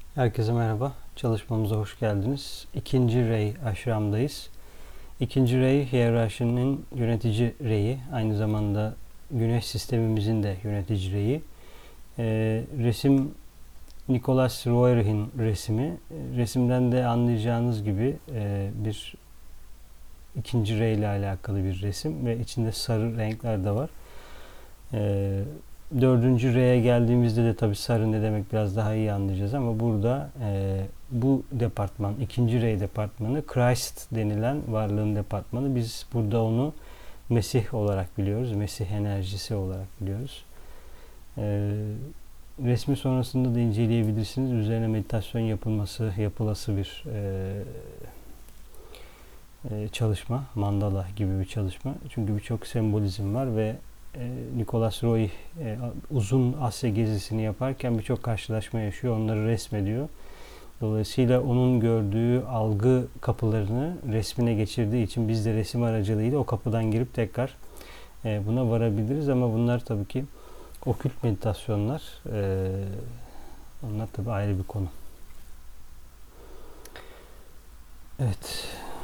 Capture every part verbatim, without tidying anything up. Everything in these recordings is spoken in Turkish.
Herkese merhaba. Çalışmamıza hoş geldiniz. İkinci rey aşramdayız. İkinci rey hiyerarşinin yönetici reyi. Aynı zamanda güneş sistemimizin de yönetici reyi. Ee, resim Nicholas Roerch'in resmi. Resimden de anlayacağınız gibi e, bir ikinci rey ile alakalı bir resim ve içinde sarı renkler de var. Ee, Dördüncü R'ye geldiğimizde de tabii sarı ne demek biraz daha iyi anlayacağız ama burada e, bu departman, ikinci R departmanı Christ denilen varlığın departmanı. Biz burada onu Mesih olarak biliyoruz. Mesih enerjisi olarak biliyoruz. E, Resmi sonrasında da inceleyebilirsiniz. Üzerine meditasyon yapılması, yapılası bir e, e, çalışma. Mandala gibi bir çalışma. Çünkü birçok sembolizm var ve Nicholas Roy e, uzun Asya gezisini yaparken birçok karşılaşma yaşıyor. Onları resmediyor. Dolayısıyla onun gördüğü algı kapılarını resmine geçirdiği için biz de resim aracılığıyla o kapıdan girip tekrar e, buna varabiliriz. Ama bunlar tabii ki okült meditasyonlar. E, onlar tabii ayrı bir konu. Evet.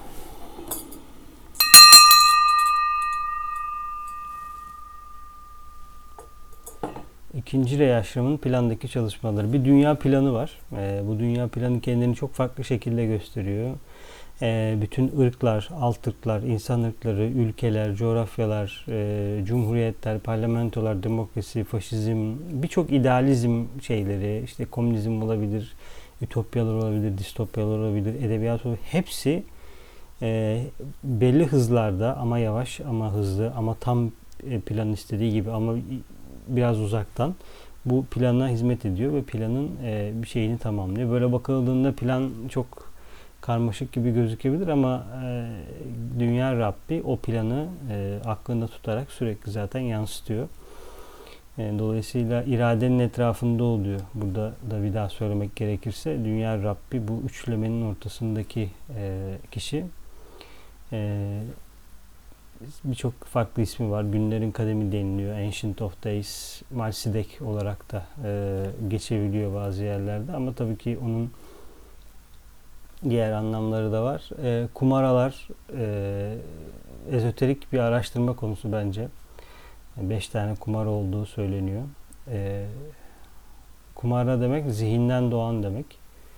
İkinci rey aşramının plandaki çalışmaları. Bir dünya planı var. E, bu dünya planı kendini çok farklı şekilde gösteriyor. E, bütün ırklar, alt ırklar, insan ırkları, ülkeler, coğrafyalar, e, cumhuriyetler, parlamentolar, demokrasi, faşizm, birçok idealizm şeyleri, işte komünizm olabilir, ütopyalar olabilir, distopyalar olabilir, edebiyat olabilir. Hepsi e, belli hızlarda ama yavaş ama hızlı ama tam e, planın istediği gibi ama biraz uzaktan bu plana hizmet ediyor ve planın e, bir şeyini tamamlıyor. Böyle bakıldığında plan çok karmaşık gibi gözükebilir ama e, Dünya Rabbi o planı e, aklında tutarak sürekli zaten yansıtıyor. E, dolayısıyla iradenin etrafında oluyor. Burada da bir daha söylemek gerekirse Dünya Rabbi bu üçlemenin ortasındaki e, kişi. E, Birçok farklı ismi var. Günlerin kademi deniliyor. Ancient of Days, Melchizedek olarak da e, geçebiliyor bazı yerlerde. Ama tabii ki onun diğer anlamları da var. E, kumaralar e, ezoterik bir araştırma konusu bence. Beş tane kumar olduğu söyleniyor. E, kumara demek zihinden doğan demek.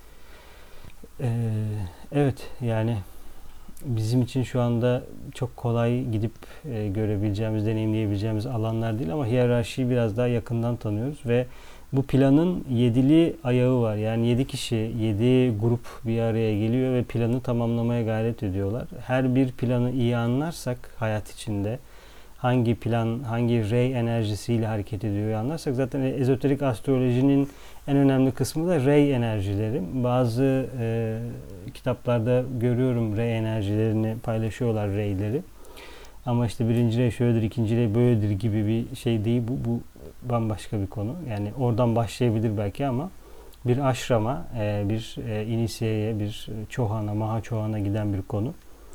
E, evet yani bizim için şu anda çok kolay gidip e, görebileceğimiz, deneyimleyebileceğimiz alanlar değil ama hiyerarşiyi biraz daha yakından tanıyoruz ve bu planın yedili ayağı var. Yani yedi kişi, yedi grup bir araya geliyor ve planı tamamlamaya gayret ediyorlar. Her bir planı iyi anlarsak hayat içinde hangi plan, hangi rey enerjisiyle hareket ediyor anlarsak zaten ezoterik astrolojinin en önemli kısmı da rey enerjileri. Bazı e, kitaplarda görüyorum rey enerjilerini paylaşıyorlar reyleri. Ama işte birinci rey şöyledir, ikinci rey böyledir gibi bir şey değil. Bu, bu bambaşka bir konu. Yani oradan başlayabilir belki ama bir aşrama, e, bir e, inisiyeye, bir çohana, maha çohana giden bir konu.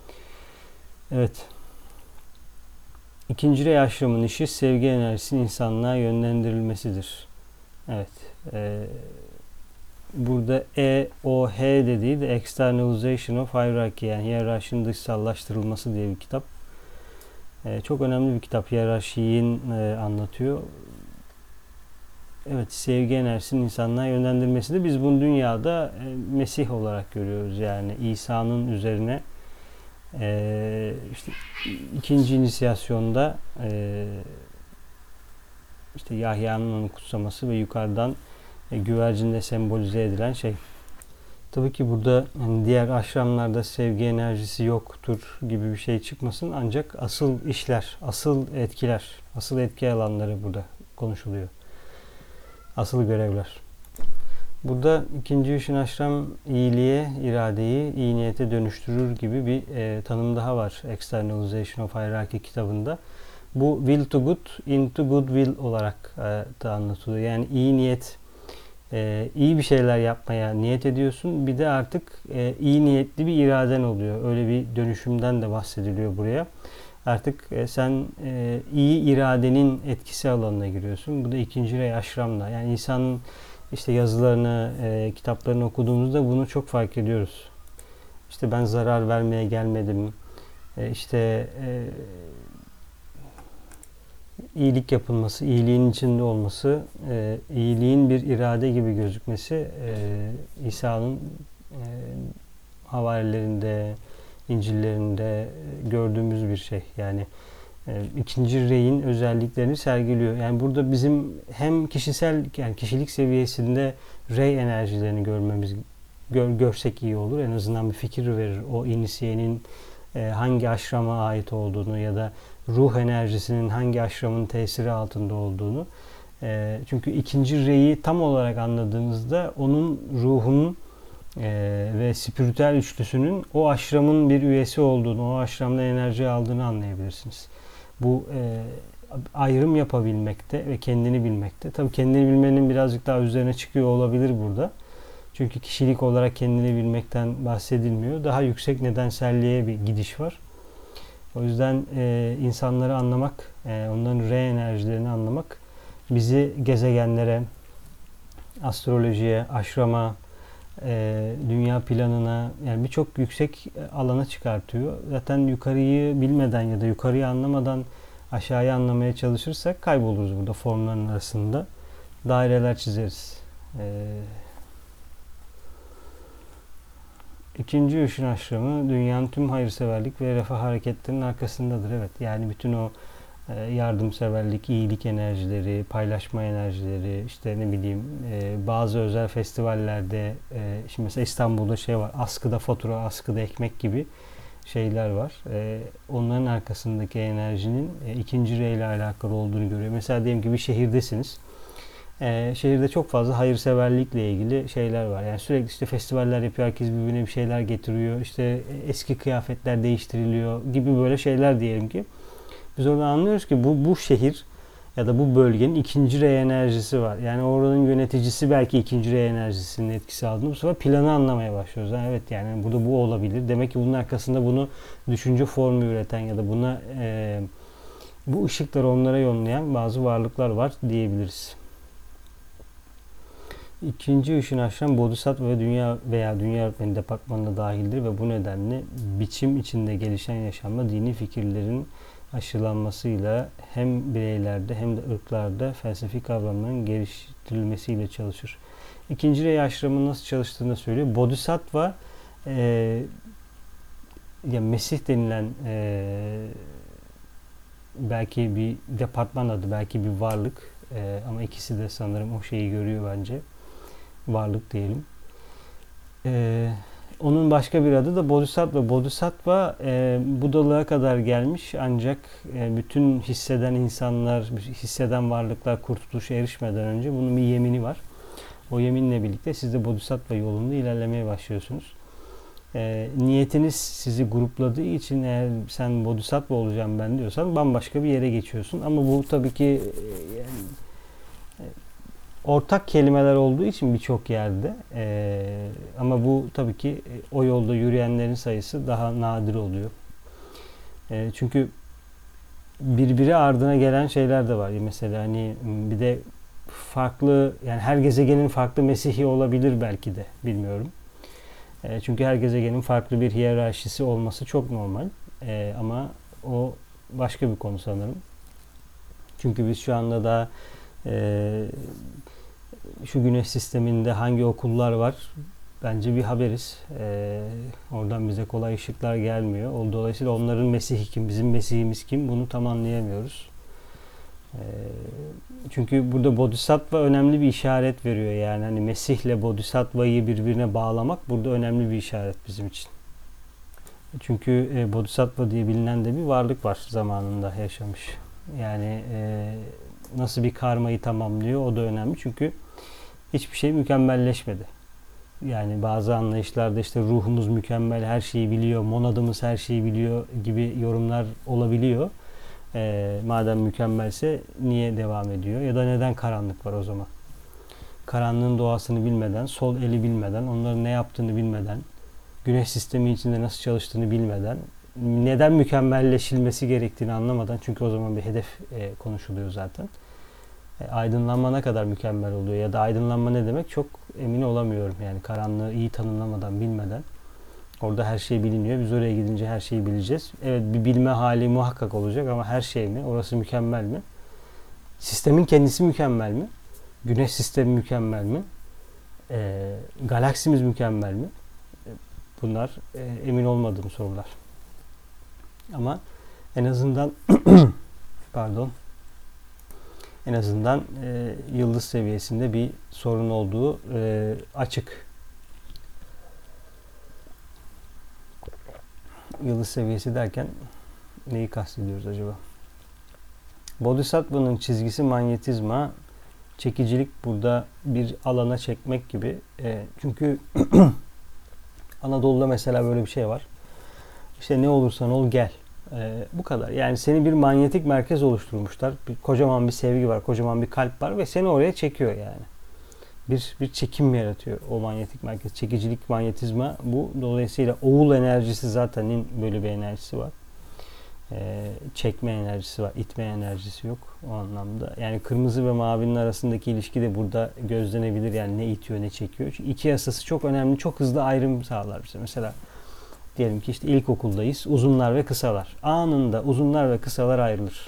Evet. İkinci rey aşramın işi sevgi enerjisinin insanlığa yönlendirilmesidir. Evet. E, burada E O H dediği de Externalization of Hierarchy, yani hiyerarşinin dışsallaştırılması diye bir kitap. E, çok önemli bir kitap. Hiyerarşiyi e, anlatıyor. Evet, sevgi enerjisinin insanlığa yönlendirmesi de biz bunu dünyada e, Mesih olarak görüyoruz. Yani İsa'nın üzerine e, işte ikinci inisiyasyonda e, işte Yahya'nın onu kutsaması ve yukarıdan e, güvercinde sembolize edilen şey. Tabii ki burada hani diğer aşramlarda sevgi enerjisi yoktur gibi bir şey çıkmasın ancak asıl işler, asıl etkiler, asıl etki alanları burada konuşuluyor. Asıl görevler. Burada ikinci ışın aşram iyiliğe, iradeyi iyi niyete dönüştürür gibi bir e, tanım daha var Externalization of Hierarchy kitabında. Bu will to good into good will olarak e, da anlatılıyor. Yani iyi niyet, e, iyi bir şeyler yapmaya niyet ediyorsun. Bir de artık e, iyi niyetli bir iraden oluyor. Öyle bir dönüşümden de bahsediliyor buraya. Artık e, sen e, iyi iradenin etkisi alanına giriyorsun. Bu da ikinci rey aşramla. Yani insanın işte yazılarını, e, kitaplarını okuduğumuzda bunu çok fark ediyoruz. İşte ben zarar vermeye gelmedim. E, işte e, iyilik yapılması, iyiliğin içinde olması, e, iyiliğin bir irade gibi gözükmesi e, İsa'nın e, havarilerinde, İncil'lerinde gördüğümüz bir şey. Yani e, ikinci reyin özelliklerini sergiliyor. Yani burada bizim hem kişisel, yani kişilik seviyesinde rey enerjilerini görmemiz, gör, görsek iyi olur. En azından bir fikir verir. O inisiyenin e, hangi aşrama ait olduğunu ya da ruh enerjisinin hangi aşramın tesiri altında olduğunu. E, çünkü ikinci reyi tam olarak anladığınızda onun ruhunun e, ve spiritüel üçlüsünün o aşramın bir üyesi olduğunu, o aşramda enerji aldığını anlayabilirsiniz. Bu e, ayrım yapabilmekte ve kendini bilmekte. Tabii kendini bilmenin birazcık daha üzerine çıkıyor olabilir burada. Çünkü kişilik olarak kendini bilmekten bahsedilmiyor. Daha yüksek nedenselliğe bir gidiş var. O yüzden e, insanları anlamak, e, onların re enerjilerini anlamak bizi gezegenlere, astrolojiye, aşrama, e, dünya planına, yani birçok yüksek alana çıkartıyor. Zaten yukarıyı bilmeden ya da yukarıyı anlamadan aşağıyı anlamaya çalışırsak kayboluruz burada formların arasında. Daireler çizeriz. E, İkinci ışın aşramı dünyanın tüm hayırseverlik ve refah hareketlerinin arkasındadır. Evet, yani bütün o e, yardımseverlik, iyilik enerjileri, paylaşma enerjileri, işte ne bileyim e, bazı özel festivallerde, e, şimdi mesela İstanbul'da şey var, askıda fatura, askıda ekmek gibi şeyler var. E, onların arkasındaki enerjinin e, ikinci rey ile alakalı olduğunu görüyor. Mesela diyelim ki bir şehirdesiniz. Ee, şehirde çok fazla hayırseverlikle ilgili şeyler var. Yani sürekli işte festivaller yapıyor, herkes birbirine bir şeyler getiriyor. İşte eski kıyafetler değiştiriliyor gibi böyle şeyler diyelim ki. Biz oradan anlıyoruz ki bu bu şehir ya da bu bölgenin ikinci rey enerjisi var. Yani oranın yöneticisi belki ikinci rey enerjisinin etkisi aldığında bu sefer planı anlamaya başlıyoruz. Yani evet, yani burada bu olabilir. Demek ki bunun arkasında bunu düşünce formu üreten ya da buna e, bu ışıkları onlara yollayan bazı varlıklar var diyebiliriz. İkinci ışın aşram Bodhisattva ve dünya veya dünya öğretmeni departmanına dahildir ve bu nedenle biçim içinde gelişen yaşamda dini fikirlerin aşılanmasıyla hem bireylerde hem de ırklarda felsefi kavramların geliştirilmesiyle çalışır. İkinci rey aşramının nasıl çalıştığını söylüyor. Bodhisattva e, ya Mesih denilen e, belki bir departman adı, belki bir varlık e, ama ikisi de sanırım o şeyi görüyor bence. Varlık diyelim. Ee, onun başka bir adı da Bodhisattva. Bodhisattva e, Budalığa kadar gelmiş ancak e, bütün hisseden insanlar, hisseden varlıklar kurtuluşa erişmeden önce bunun bir yemini var. O yeminle birlikte siz de Bodhisattva yolunda ilerlemeye başlıyorsunuz. E, niyetiniz sizi grupladığı için eğer sen Bodhisattva olacağım ben diyorsan bambaşka bir yere geçiyorsun. Ama bu tabii ki e, yani, ortak kelimeler olduğu için birçok yerde ee, ama bu tabii ki o yolda yürüyenlerin sayısı daha nadir oluyor. E, çünkü birbiri ardına gelen şeyler de var. Mesela hani bir de farklı, yani her gezegenin farklı Mesihi olabilir belki de, bilmiyorum. E, çünkü her gezegenin farklı bir hiyerarşisi olması çok normal. E, ama o başka bir konu sanırım. Çünkü biz şu anda da e, şu güneş sisteminde hangi okullar var bence bir haberiz. Ee, oradan bize kolay ışıklar gelmiyor. Dolayısıyla onların Mesih'i kim, bizim Mesih'imiz kim, bunu tam anlayamıyoruz. Ee, çünkü burada Bodhisattva önemli bir işaret veriyor. Yani hani Mesih'le Bodhisattva'yı birbirine bağlamak burada önemli bir işaret bizim için. Çünkü e, Bodhisattva diye bilinen de bir varlık var, zamanında yaşamış. Yani e, nasıl bir karmayı tamamlıyor o da önemli. Çünkü hiçbir şey mükemmelleşmedi. Yani bazı anlayışlarda işte ruhumuz mükemmel, her şeyi biliyor, monadımız her şeyi biliyor gibi yorumlar olabiliyor. E, madem mükemmelse niye devam ediyor? Ya da neden karanlık var o zaman? Karanlığın doğasını bilmeden, sol eli bilmeden, onların ne yaptığını bilmeden, güneş sistemi içinde nasıl çalıştığını bilmeden, neden mükemmelleşilmesi gerektiğini anlamadan, çünkü o zaman bir hedef e, konuşuluyor zaten. E, aydınlanma ne kadar mükemmel oluyor ya da aydınlanma ne demek çok emin olamıyorum. Yani karanlığı iyi tanımlamadan, bilmeden. Orada her şey biliniyor. Biz oraya gidince her şeyi bileceğiz. Evet, bir bilme hali muhakkak olacak ama her şey mi? Orası mükemmel mi? Sistemin kendisi mükemmel mi? Güneş sistemi mükemmel mi? E, galaksimiz mükemmel mi? E, bunlar e, emin olmadığım sorular. Ama en azından pardon en azından e, yıldız seviyesinde bir sorun olduğu e, açık. Yıldız seviyesi derken neyi kastediyoruz acaba? Bodhisattva'nın çizgisi manyetizma, çekicilik burada bir alana çekmek gibi. E, çünkü Anadolu'da mesela böyle bir şey var. İşte ne olursan ol gel. E, bu kadar. Yani seni bir manyetik merkez oluşturmuşlar. Bir, kocaman bir sevgi var, kocaman bir kalp var ve seni oraya çekiyor yani. Bir, bir çekim yaratıyor o manyetik merkez. Çekicilik, manyetizma bu. Dolayısıyla oğul enerjisi zaten böyle bir enerjisi var. Ee, çekme enerjisi var. İtme enerjisi yok o anlamda. Yani kırmızı ve mavinin arasındaki ilişki de burada gözlenebilir. Yani ne itiyor ne çekiyor. Çünkü iki yasası çok önemli. Çok hızlı ayrım sağlar bize. Mesela diyelim ki işte ilkokuldayız. Uzunlar ve kısalar. Anında uzunlar ve kısalar ayrılır.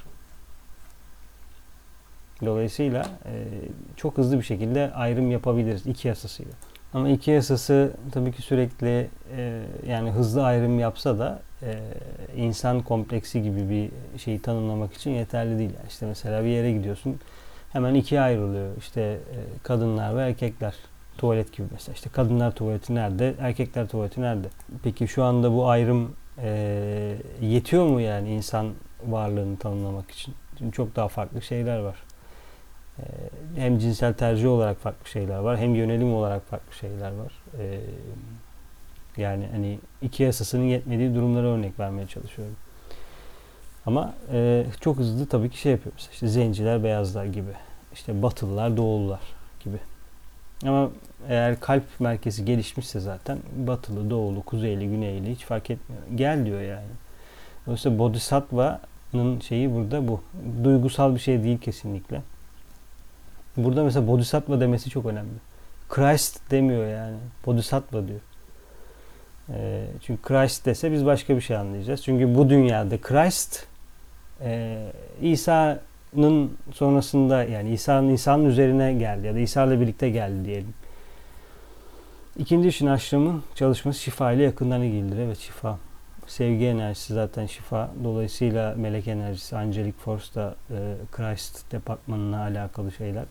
Dolayısıyla e, çok hızlı bir şekilde ayrım yapabiliriz iki yasasıyla. Ama iki yasası tabii ki sürekli e, yani hızlı ayrım yapsa da e, insan kompleksi gibi bir şeyi tanımlamak için yeterli değil. Yani işte mesela bir yere gidiyorsun hemen ikiye ayrılıyor. İşte e, kadınlar ve erkekler. Tuvalet gibi mesela. İşte kadınlar tuvaleti nerede? Erkekler tuvaleti nerede? Peki şu anda bu ayrım e, yetiyor mu yani insan varlığını tanımlamak için? Çünkü çok daha farklı şeyler var. Hem cinsel tercih olarak farklı şeyler var, hem yönelim olarak farklı şeyler var. Ee, yani hani iki yasasının yetmediği durumlara örnek vermeye çalışıyorum. Ama e, çok hızlı tabii ki şey yapıyoruz. İşte zenciler, beyazlar gibi, işte batılılar, doğulular gibi. Ama eğer kalp merkezi gelişmişse zaten batılı, doğulu, kuzeyli, güneyli hiç fark etmiyor. Gel diyor yani. Dolayısıyla Bodhisattva'nın şeyi burada bu. Duygusal bir şey değil kesinlikle. Burada mesela Bodhisattva demesi çok önemli. Christ demiyor yani. Bodhisattva diyor. E, çünkü Christ dese biz başka bir şey anlayacağız. Çünkü bu dünyada Christ e, İsa'nın sonrasında yani İsa'nın İsa'nın üzerine geldi ya da İsa ile birlikte geldi diyelim. İkinci işin aşramın çalışması şifa ile yakından ilgilidir. Evet, şifa. Sevgi enerjisi zaten şifa. Dolayısıyla melek enerjisi, Angelic Force da e, Christ departmanına alakalı şeyler.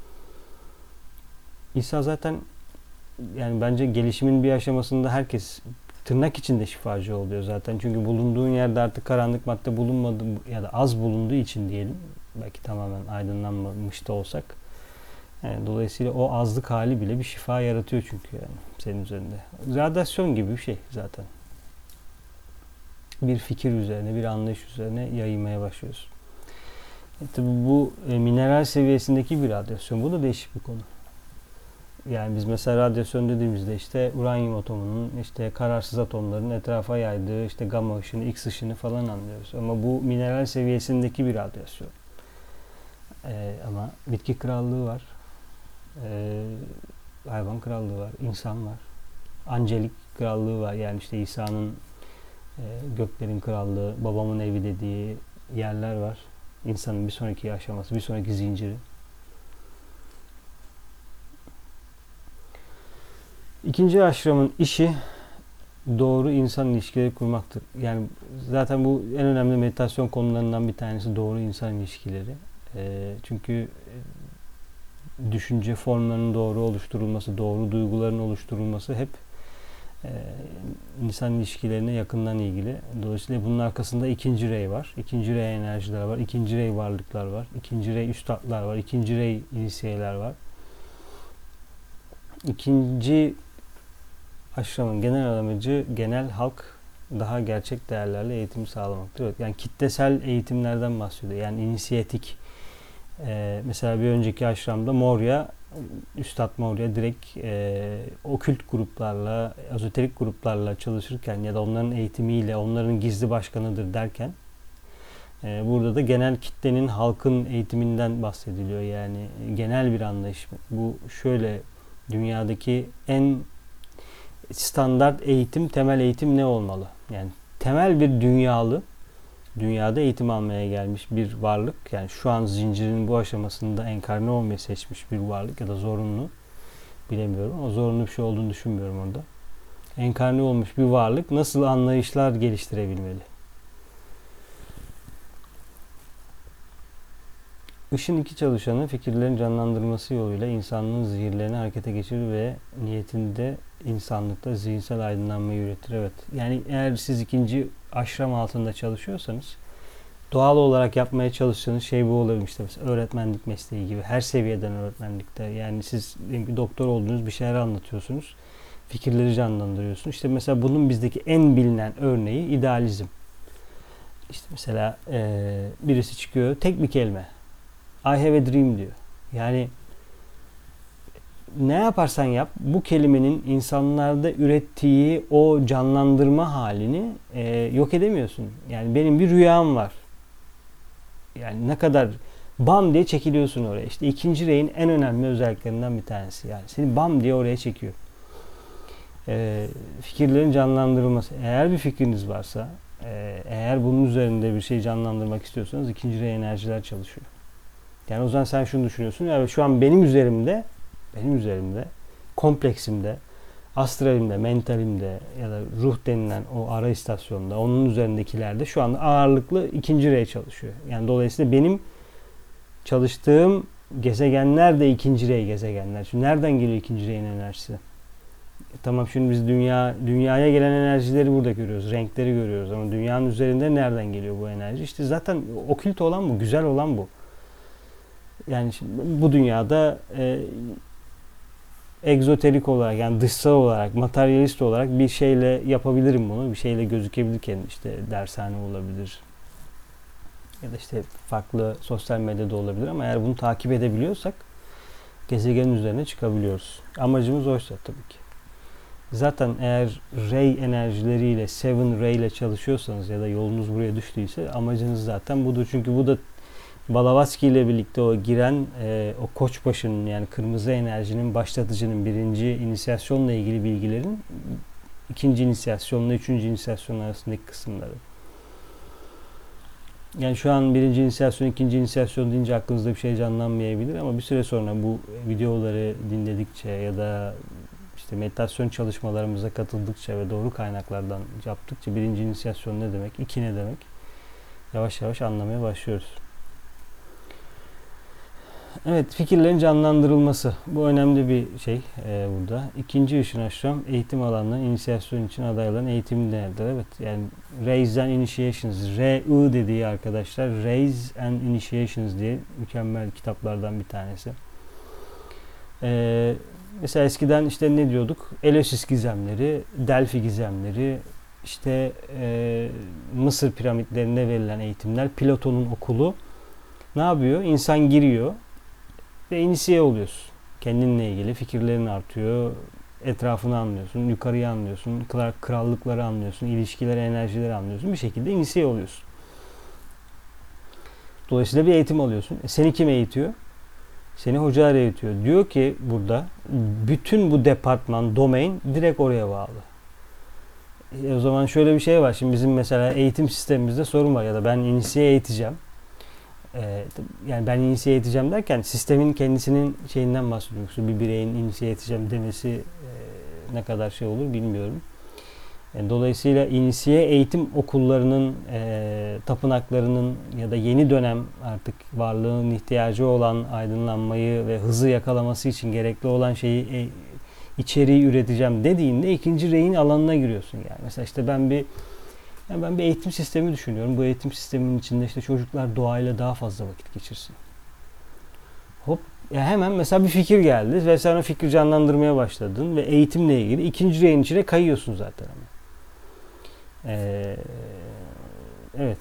İsa zaten yani bence gelişimin bir aşamasında herkes tırnak içinde şifacı oluyor zaten. Çünkü bulunduğun yerde artık karanlık madde bulunmadı ya da az bulunduğu için diyelim. Belki tamamen aydınlanmamış da olsak. Yani dolayısıyla o azlık hali bile bir şifa yaratıyor çünkü yani senin üzerinde. Radyasyon gibi bir şey zaten. Bir fikir üzerine, bir anlayış üzerine yayılmaya başlıyorsun. E tabi bu e, mineral seviyesindeki bir radyasyon. Bu da değişik bir konu. Yani biz mesela radyasyon dediğimizde işte uranyum atomunun, işte kararsız atomların etrafa yaydığı işte gamma ışını, X ışını falan anlıyoruz. Ama bu mineral seviyesindeki bir radyasyon. Ee, ama bitki krallığı var. Ee, hayvan krallığı var. İnsan var. Angelik krallığı var. Yani işte İsa'nın e, göklerin krallığı, babamın evi dediği yerler var. İnsanın bir sonraki aşaması, bir sonraki zinciri. İkinci aşramın işi doğru insan ilişkileri kurmaktır. Yani zaten bu en önemli meditasyon konularından bir tanesi doğru insan ilişkileri. E, çünkü düşünce formlarının doğru oluşturulması, doğru duyguların oluşturulması hep e, insan ilişkilerine yakından ilgili. Dolayısıyla bunun arkasında ikinci rey var. İkinci rey enerjiler var. İkinci rey varlıklar var. İkinci rey üstadlar var. İkinci rey inisiyeler var. İkinci aşramın genel amacı genel halk daha gerçek değerlerle eğitim sağlamaktır. Yani kitlesel eğitimlerden bahsediyor. Yani inisiyatik. Ee, mesela bir önceki aşramda Morya, Üstad Morya direkt e, okült gruplarla, ezoterik gruplarla çalışırken ya da onların eğitimiyle, onların gizli başkanıdır derken E, burada da genel kitlenin, halkın eğitiminden bahsediliyor. Yani genel bir anlayış. Bu şöyle, dünyadaki en standart eğitim, temel eğitim ne olmalı? Yani temel bir dünyalı, dünyada eğitim almaya gelmiş bir varlık, yani şu an zincirin bu aşamasında enkarne olmayı seçmiş bir varlık ya da zorunlu, bilemiyorum. O zorunlu bir şey olduğunu düşünmüyorum orada. Enkarne olmuş bir varlık nasıl anlayışlar geliştirebilmeli? Işın iki çalışanı fikirlerin canlandırması yoluyla insanlığın zihirlerini harekete geçirir ve niyetinde insanlıkta zihinsel aydınlanmayı üretir. Evet. Yani eğer siz ikinci aşram altında çalışıyorsanız doğal olarak yapmaya çalıştığınız şey bu olabilir. İşte mesela öğretmenlik mesleği gibi, her seviyeden öğretmenlikte. Yani siz bir doktor olduğunuz, bir şeyler anlatıyorsunuz. Fikirleri canlandırıyorsunuz. İşte mesela bunun bizdeki en bilinen örneği idealizm. İşte mesela e, birisi çıkıyor, tek bir kelime. I have a dream diyor. Yani ne yaparsan yap, bu kelimenin insanlarda ürettiği o canlandırma halini e, yok edemiyorsun. Yani benim bir rüyam var. Yani ne kadar bam diye çekiliyorsun oraya. İşte ikinci reyin en önemli özelliklerinden bir tanesi. Yani seni bam diye oraya çekiyor. E, fikirlerin canlandırılması. Eğer bir fikriniz varsa, e, eğer bunun üzerinde bir şey canlandırmak istiyorsanız ikinci rey enerjiler çalışıyor. Yani o zaman sen şunu düşünüyorsun. Yani şu an benim üzerimde, benim üzerimde, kompleksimde, astralimde, mentalimde ya da ruh denilen o ara istasyonda, onun üzerindekilerde şu anda ağırlıklı ikinci rey çalışıyor. Yani dolayısıyla benim çalıştığım gezegenler de ikinci rey gezegenler. Şimdi nereden geliyor ikinci reyin enerjisi? E tamam, şimdi biz dünya dünyaya gelen enerjileri burada görüyoruz, renkleri görüyoruz ama dünyanın üzerinde nereden geliyor bu enerji? İşte zaten okült olan bu, güzel olan bu. Yani şimdi bu dünyada e, egzoterik olarak, yani dışsal olarak, materyalist olarak bir şeyle yapabilirim bunu. Bir şeyle gözükebilirken işte dershane olabilir. Ya da işte farklı sosyal medyada olabilir ama eğer bunu takip edebiliyorsak gezegenin üzerine çıkabiliyoruz. Amacımız oysa tabii ki. Zaten eğer ray enerjileriyle, seven ray ile çalışıyorsanız ya da yolunuz buraya düştüyse amacınız zaten budur. Çünkü bu da Blavatsky ile birlikte o giren e, o koçbaşının, yani kırmızı enerjinin, başlatıcının birinci inisiyasyonla ilgili bilgilerin ikinci inisiyasyonla üçüncü inisiyasyon arasındaki kısımları. Yani şu an birinci inisiyasyon, ikinci inisiyasyon deyince aklınızda bir şey canlanmayabilir ama bir süre sonra bu videoları dinledikçe ya da işte meditasyon çalışmalarımıza katıldıkça ve doğru kaynaklardan yaptıkça birinci inisiyasyon ne demek, iki ne demek, yavaş yavaş anlamaya başlıyoruz. Evet, fikirlerin canlandırılması. Bu önemli bir şey e, burada. İkinci ışın aşram eğitim alanlarının inisiyasyon için adayların eğitimi nedir? Evet, yani Raise and Initiations, R I dediği arkadaşlar, Raise and Initiations diye mükemmel kitaplardan bir tanesi. E, mesela eskiden işte ne diyorduk? Eleusis gizemleri, Delphi gizemleri, işte e, Mısır piramitlerinde verilen eğitimler, Platon'un okulu. Ne yapıyor? İnsan giriyor ve inisiye oluyorsun. Kendinle ilgili fikirlerin artıyor, etrafını anlıyorsun, yukarıyı anlıyorsun, krallıkları anlıyorsun, ilişkileri, enerjileri anlıyorsun. Bir şekilde inisiye oluyorsun. Dolayısıyla bir eğitim alıyorsun. E seni kim eğitiyor? Seni hocalar eğitiyor. Diyor ki burada bütün bu departman, domain direkt oraya bağlı. E o zaman şöyle bir şey var. Şimdi bizim mesela eğitim sistemimizde sorun var ya da ben inisiye eğiteceğim. Yani ben inisiye eğiteceğim derken sistemin kendisinin şeyinden bahsediyorsun. Bir bireyin inisiye eğiteceğim demesi e, ne kadar şey olur bilmiyorum. Yani dolayısıyla inisiye eğitim okullarının, e, tapınaklarının ya da yeni dönem artık varlığın ihtiyacı olan aydınlanmayı ve hızı yakalaması için gerekli olan şeyi, e, içeriği üreteceğim dediğinde ikinci reyin alanına giriyorsun yani. Mesela işte ben bir Yani ben bir eğitim sistemi düşünüyorum. Bu eğitim sisteminin içinde işte çocuklar doğayla daha fazla vakit geçirsin. Hop, ya hemen mesela bir fikir geldi ve sen o fikri canlandırmaya başladın ve eğitimle ilgili ikinci reyin içine kayıyorsun zaten ama. Ee, evet.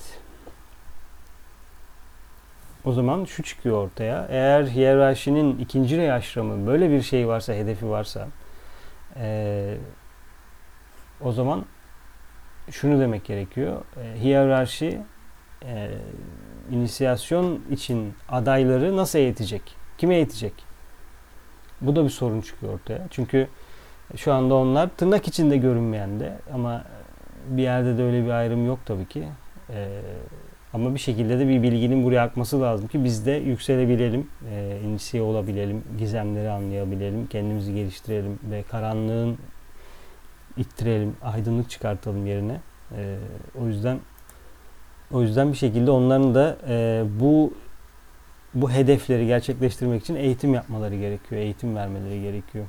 O zaman şu çıkıyor ortaya. Eğer hiyerarşinin ikinci rey aşramı böyle bir şey varsa, hedefi varsa, ee, o zaman şunu demek gerekiyor. E, hiyerarşi e, inisiyasyon için adayları nasıl eğitecek? Kime eğitecek? Bu da bir sorun çıkıyor ortaya. Çünkü şu anda onlar tırnak içinde görünmeyen de, ama bir yerde de öyle bir ayrım yok tabii ki. Ee, ama bir şekilde de bir bilginin buraya akması lazım ki biz de yükselebilelim, e, inisiye olabilelim, gizemleri anlayabilelim, kendimizi geliştirelim ve karanlığın ittirelim, aydınlık çıkartalım yerine. Ee, o yüzden o yüzden bir şekilde onların da e, bu bu hedefleri gerçekleştirmek için eğitim yapmaları gerekiyor, eğitim vermeleri gerekiyor.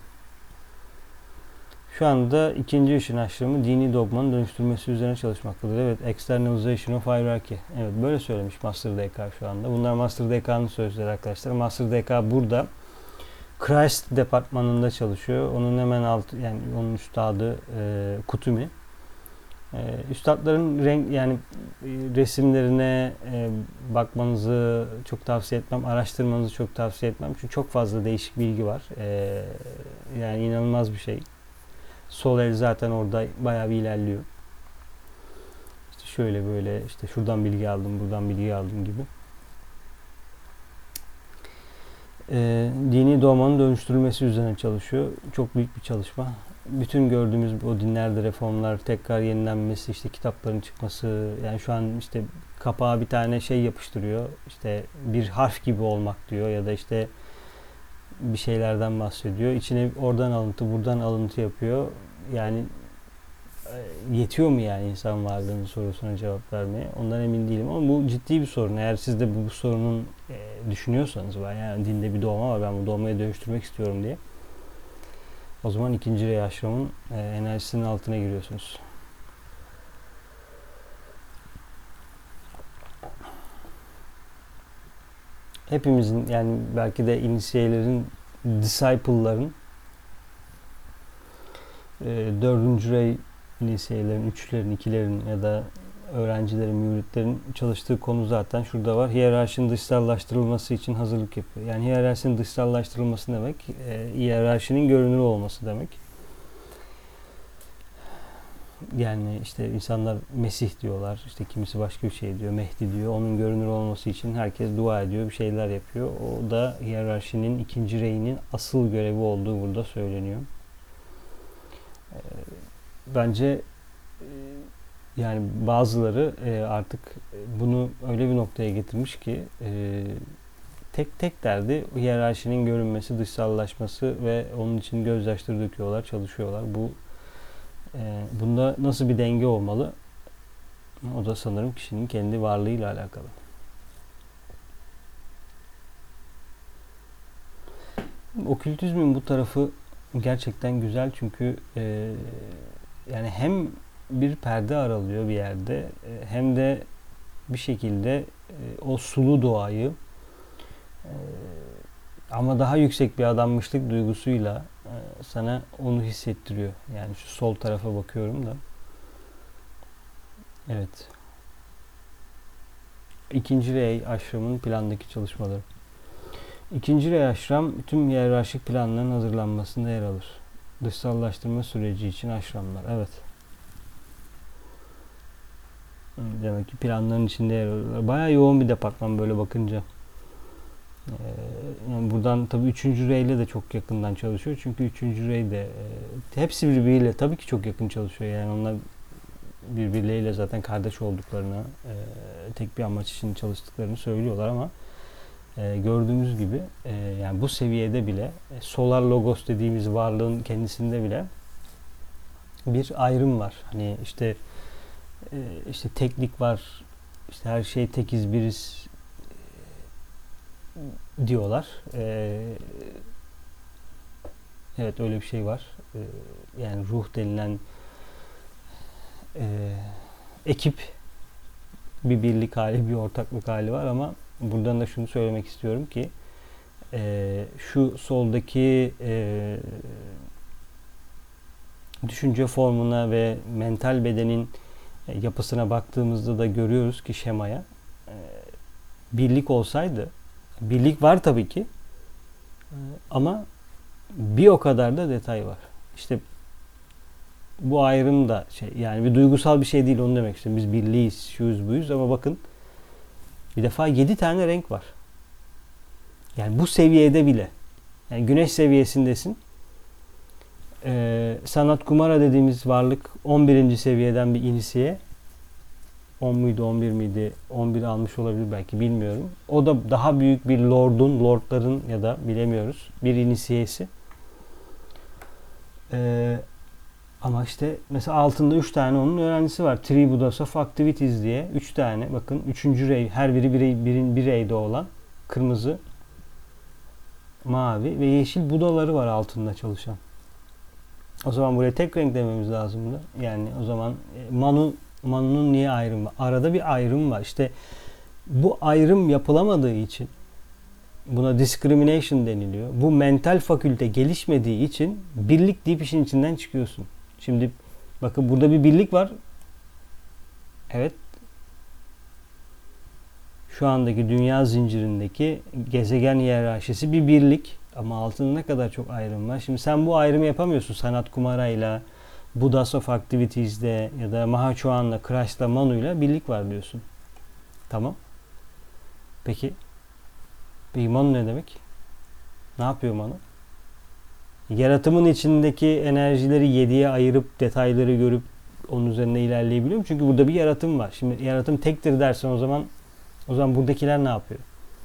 Şu anda ikinci ışın aşramı dini dogmanın dönüştürülmesi üzerine çalışmaktadır. Evet, externalization of hierarchy. Evet, böyle söylemiş Master D K şu anda. Bunlar Master D K'nın sözleri arkadaşlar. Master D K burada Christ departmanında çalışıyor. Onun hemen altı, yani onun üstadı e, Kutumi. E, üstadların renk, yani e, resimlerine e, bakmanızı çok tavsiye etmem. Araştırmanızı çok tavsiye etmem. Çünkü çok fazla değişik bilgi var. E, yani inanılmaz bir şey. Sol el zaten orada bayağı bir ilerliyor. İşte şöyle böyle, işte şuradan bilgi aldım, buradan bilgi aldım gibi. Ee, dini doğmanın dönüştürülmesi üzerine çalışıyor. Çok büyük bir çalışma. Bütün gördüğümüz o dinlerde reformlar, tekrar yenilenmesi, işte kitapların çıkması, yani şu an işte kapağa bir tane şey yapıştırıyor. İşte bir harf gibi olmak diyor ya da işte bir şeylerden bahsediyor. İçine oradan alıntı, buradan alıntı yapıyor. Yani yetiyor mu yani insan varlığının sorusuna cevap vermeye? Ondan emin değilim ama bu ciddi bir sorun. Eğer siz de bu, bu sorunun e, düşünüyorsanız, ben yani dinde bir doğma var, ben bu doğmayı dönüştürmek istiyorum diye, o zaman ikinci rey aşramın e, enerjisinin altına giriyorsunuz. Hepimizin, yani belki de inisiyelerin, disciple'ların, e, dördüncü rey inisiyelerin, üçlerin, ikilerin ya da öğrencilerin, müritlerin çalıştığı konu zaten şurada var. Hiyerarşinin dışsallaştırılması için hazırlık yapıyor. Yani hiyerarşinin dışsallaştırılması demek, e, hiyerarşinin görünür olması demek. Yani işte insanlar Mesih diyorlar, işte kimisi başka bir şey diyor, Mehdi diyor. Onun görünür olması için herkes dua ediyor, bir şeyler yapıyor. O da hiyerarşinin ikinci reyinin asıl görevi olduğu burada söyleniyor. E, bence e, yani bazıları e, artık bunu öyle bir noktaya getirmiş ki e, tek tek derdi hiyerarşinin görünmesi, dışsallaşması ve onun için gözyaşları döküyorlar, çalışıyorlar. Bu e, bunda nasıl bir denge olmalı? O da sanırım kişinin kendi varlığıyla alakalı. Okültizmin bu tarafı gerçekten güzel çünkü e, yani hem bir perde aralıyor bir yerde, hem de bir şekilde o sulu doğayı ama daha yüksek bir adanmışlık duygusuyla sana onu hissettiriyor. Yani şu sol tarafa bakıyorum da. Evet. İkinci rey aşramın plandaki çalışmaları. İkinci rey aşram tüm hiyerarşik planların hazırlanmasında yer alır. Dışsallaştırma süreci için aşramlar. Evet. Demek ki planların içinde yer alıyorlar. Bayağı yoğun bir departman böyle bakınca. Ee, yani buradan tabii üçüncü reyle de çok yakından çalışıyor. Çünkü üçüncü rey de e, hepsi birbiriyle tabii ki çok yakın çalışıyor. Yani onlar birbirleriyle zaten kardeş olduklarını, e, tek bir amaç için çalıştıklarını söylüyorlar ama e, gördüğümüz gibi e, yani bu seviyede bile e, solar logos dediğimiz varlığın kendisinde bile bir ayrım var. Hani işte e, işte teklik var, işte her şey tekiz biriz e, diyorlar. E, evet öyle bir şey var. E, yani ruh denilen e, ekip bir birlik hali, bir ortaklık hali var ama buradan da şunu söylemek istiyorum ki e, şu soldaki e, düşünce formuna ve mental bedenin e, yapısına baktığımızda da görüyoruz ki şemaya e, birlik olsaydı, birlik var tabii ki e, ama bir o kadar da detay var. İşte bu ayrım da şey, yani bir duygusal bir şey değil, onu demek istiyorum. Biz birliğiz, şuyuz buyuz ama bakın Bir defa yedi tane renk var. Yani bu seviyede bile. Yani güneş seviyesindesin. Ee, Sanat Kumara dediğimiz varlık on birinci seviyeden bir inisiye. on muydu, on bir miydi? on bir almış olabilir belki, bilmiyorum. O da daha büyük bir lordun, lordların ya da bilemiyoruz, bir inisiyesi. Ee, ama işte mesela altında üç tane onun öğrencisi var. Three Buddhas of Activities diye. üç tane, bakın üçüncü rey, her biri bir, bir, bir reyde olan kırmızı, mavi ve yeşil Budaları var altında çalışan. O zaman buraya tek renk dememiz lazımdı. Yani o zaman Manu Manu'nun niye ayrımı var? Arada bir ayrım var. İşte bu ayrım yapılamadığı için buna discrimination deniliyor. Bu mental fakülte gelişmediği için birlik deyip işin içinden çıkıyorsun. Şimdi bakın burada bir birlik var. Evet. Şu andaki dünya zincirindeki gezegen hiyerarşisi bir birlik. Ama altında ne kadar çok ayrım var. Şimdi sen bu ayrımı yapamıyorsun Sanat Kumara'yla, Buddhas of Activities'de ya da Mahachohan'la, Christ'la, Manu'yla birlik var diyorsun. Tamam. Peki, peki Manu ne demek? Ne yapıyor Manu? Yaratımın içindeki enerjileri yediye ayırıp detayları görüp onun üzerine ilerleyebiliyor mu? Çünkü burada bir yaratım var. Şimdi yaratım tektir dersen o zaman o zaman buradakiler ne yapıyor?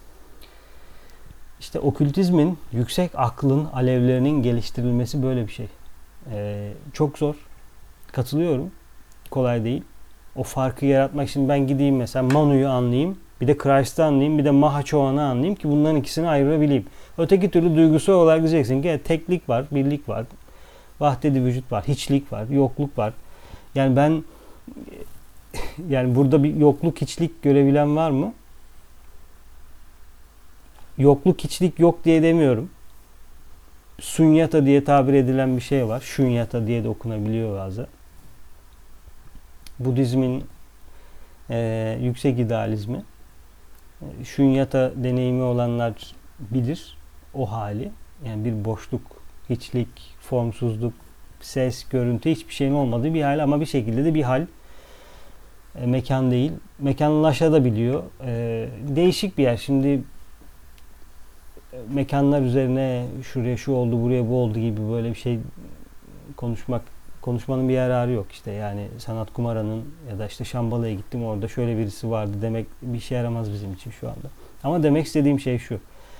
İşte okültizmin, yüksek aklın alevlerinin geliştirilmesi böyle bir şey. Ee, çok zor. Katılıyorum. Kolay değil. O farkı yaratmak için ben gideyim mesela Manu'yu anlayayım, bir de Christ'ı anlayayım, bir de Mahachohan'ı anlayayım ki bunların ikisini ayırabileyim. Öteki türlü duygusal olarak diyeceksin ki teklik var, birlik var, vahdedi vücut var, hiçlik var, yokluk var. Yani ben yani burada bir yokluk, hiçlik görebilen var mı? Yokluk, hiçlik yok diye demiyorum. Sunyata diye tabir edilen bir şey var. Şunyata diye de okunabiliyor bazen. Budizmin e, yüksek idealizmi. E, şunyata deneyimi olanlar bilir o hali. Yani bir boşluk, hiçlik, formsuzluk, ses, görüntü, hiçbir şeyin olmadığı bir hal ama bir şekilde de bir hal. E, mekan değil. Mekanlaşabiliyor. E, değişik bir yer. Şimdi mekanlar üzerine şuraya şu oldu, buraya bu oldu gibi böyle bir şey konuşmak, konuşmanın bir yararı yok işte. Yani Sanat Kumara'nın ya da işte Şambala'ya gittim orada şöyle birisi vardı demek bir şey yaramaz bizim için şu anda. Ama demek istediğim şey şu.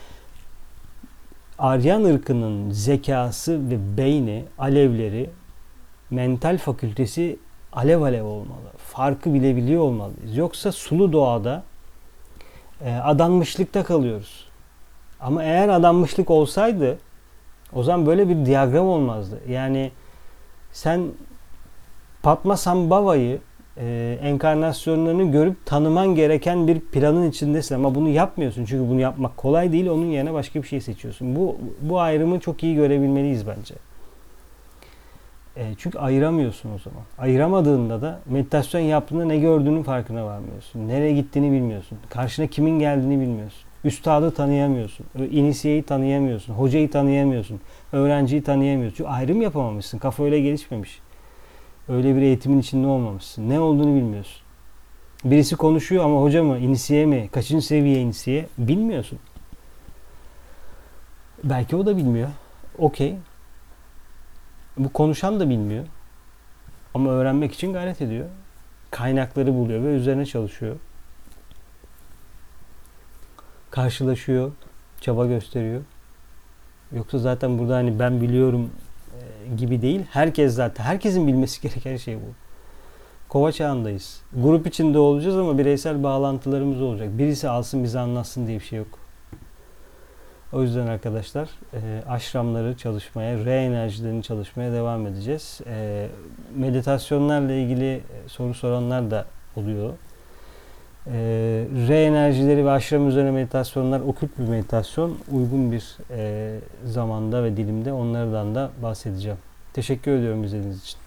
Aryan ırkının zekası ve beyni, alevleri, mental fakültesi alev alev olmalı. Farkı bilebiliyor olmalıyız. Yoksa sulu doğada e, adanmışlıkta kalıyoruz. Ama eğer adanmışlık olsaydı o zaman böyle bir diyagram olmazdı. Yani sen Padmasambhava'yı e, enkarnasyonlarını görüp tanıman gereken bir planın içindesin ama bunu yapmıyorsun. Çünkü bunu yapmak kolay değil. Onun yerine başka bir şey seçiyorsun. Bu bu ayrımı çok iyi görebilmeliyiz bence. E, çünkü ayıramıyorsun o zaman. Ayıramadığında da meditasyon yaptığında ne gördüğünün farkına varmıyorsun. Nereye gittiğini bilmiyorsun. Karşına kimin geldiğini bilmiyorsun. Üstadı tanıyamıyorsun. İnisiyeyi tanıyamıyorsun. Hocayı tanıyamıyorsun. Öğrenciyi tanıyamıyorsun. Çünkü ayrım yapamamışsın. Kafa öyle gelişmemiş. Öyle bir eğitimin içinde olmamışsın. Ne olduğunu bilmiyorsun. Birisi konuşuyor ama hoca mı, inisiye mi, kaçıncı seviye inisiye bilmiyorsun. Belki o da bilmiyor. Okey. Bu konuşan da bilmiyor. Ama öğrenmek için gayret ediyor. Kaynakları buluyor ve üzerine çalışıyor. Karşılaşıyor, çaba gösteriyor. Yoksa zaten burada hani ben biliyorum e, gibi değil. Herkes zaten, herkesin bilmesi gereken şey bu. Kova çağındayız. Grup içinde olacağız ama bireysel bağlantılarımız olacak. Birisi alsın bize anlatsın diye bir şey yok. O yüzden arkadaşlar e, aşramları çalışmaya, re enerjilerini çalışmaya devam edeceğiz. E, meditasyonlarla ilgili soru soranlar da oluyor. E, re enerjileri ve aşram üzerine meditasyonlar okült bir meditasyon. Uygun bir e, zamanda ve dilimde onlardan da bahsedeceğim. Teşekkür ediyorum izlediğiniz için.